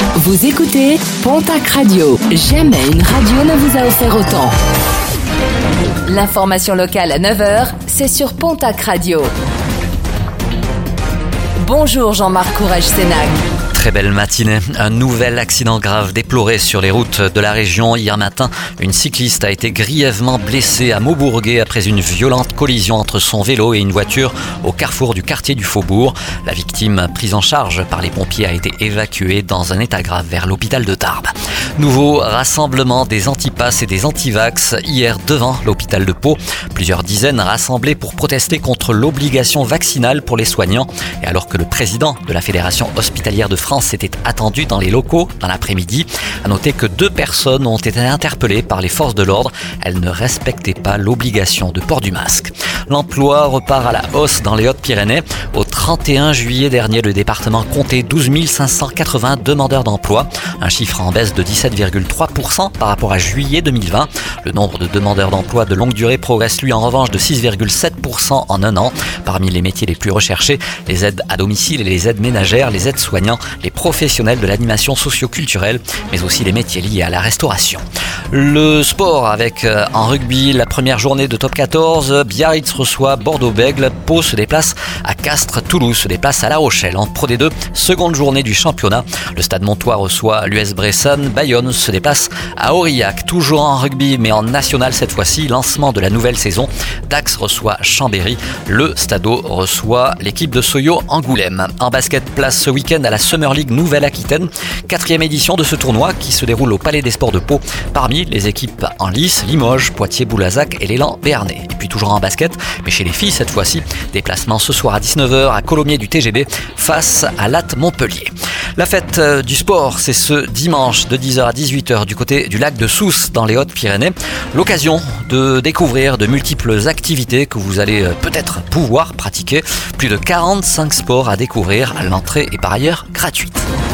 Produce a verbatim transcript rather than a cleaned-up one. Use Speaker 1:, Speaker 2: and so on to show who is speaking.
Speaker 1: Vous écoutez Pontac Radio. Jamais une radio ne vous a offert autant. L'information locale à neuf heures, c'est sur Pontac Radio. Bonjour Jean-Marc Courage-Sénac.
Speaker 2: Très belle matinée. Un nouvel accident grave déploré sur les routes de la région. Hier matin, une cycliste a été grièvement blessée à Maubourguet après une violente collision entre son vélo et une voiture au carrefour du quartier du Faubourg. La victime, prise en charge par les pompiers, a été évacuée dans un état grave vers l'hôpital de Tarbes. Nouveau rassemblement des antipasses et des antivax hier devant l'hôpital de Pau. Plusieurs dizaines rassemblées pour protester contre l'obligation vaccinale pour les soignants. Et alors que le président de la Fédération hospitalière de France s'était attendu dans les locaux dans l'après-midi. À noter que deux personnes ont été interpellées par les forces de l'ordre. Elles ne respectaient pas l'obligation de port du masque. L'emploi repart à la hausse dans les Hautes-Pyrénées. Au trente et un juillet dernier, le département comptait douze mille cinq cent quatre-vingts demandeurs d'emploi. Un chiffre en baisse de dix-sept virgule trois pour cent par rapport à juillet deux mille vingt. Le nombre de demandeurs d'emploi de longue durée progresse lui en revanche de six virgule sept pour cent en un an. Parmi les métiers les plus recherchés, les aides à domicile et les aides ménagères, les aides soignants, les professionnels de l'animation socio-culturelle, mais aussi les métiers liés à la restauration. Le sport avec euh, en rugby, la première journée de top quatorze, Biarritz reçoit Bordeaux-Bègles, Pau se déplace à Castres, Toulouse se déplace à La Rochelle. En Pro D deux, seconde journée du championnat, le Stade Montois reçoit l'U S Bressan, Bayonne se déplace à Aurillac, toujours en rugby mais en national cette fois-ci, lancement de la nouvelle saison, Dax reçoit Chambéry, le Stadeau reçoit l'équipe de Soyo Angoulême. En basket, place ce week-end à la Summer League Nouvelle-Aquitaine, quatrième édition de ce tournoi qui se déroule au Palais des Sports de Pau. Parmi les équipes en lice, Limoges, Poitiers, Boulazac et l'élan Béarnais. Et puis toujours en basket, mais chez les filles cette fois-ci, déplacement ce soir à dix-neuf heures à Colomiers du T G B face à Latte Montpellier. La fête du sport, c'est ce dimanche de dix heures à dix-huit heures du côté du lac de Sousse dans les Hautes-Pyrénées. L'occasion de découvrir de multiples activités que vous allez peut-être pouvoir pratiquer. Plus de quarante-cinq sports à découvrir. L'entrée est par ailleurs gratuite.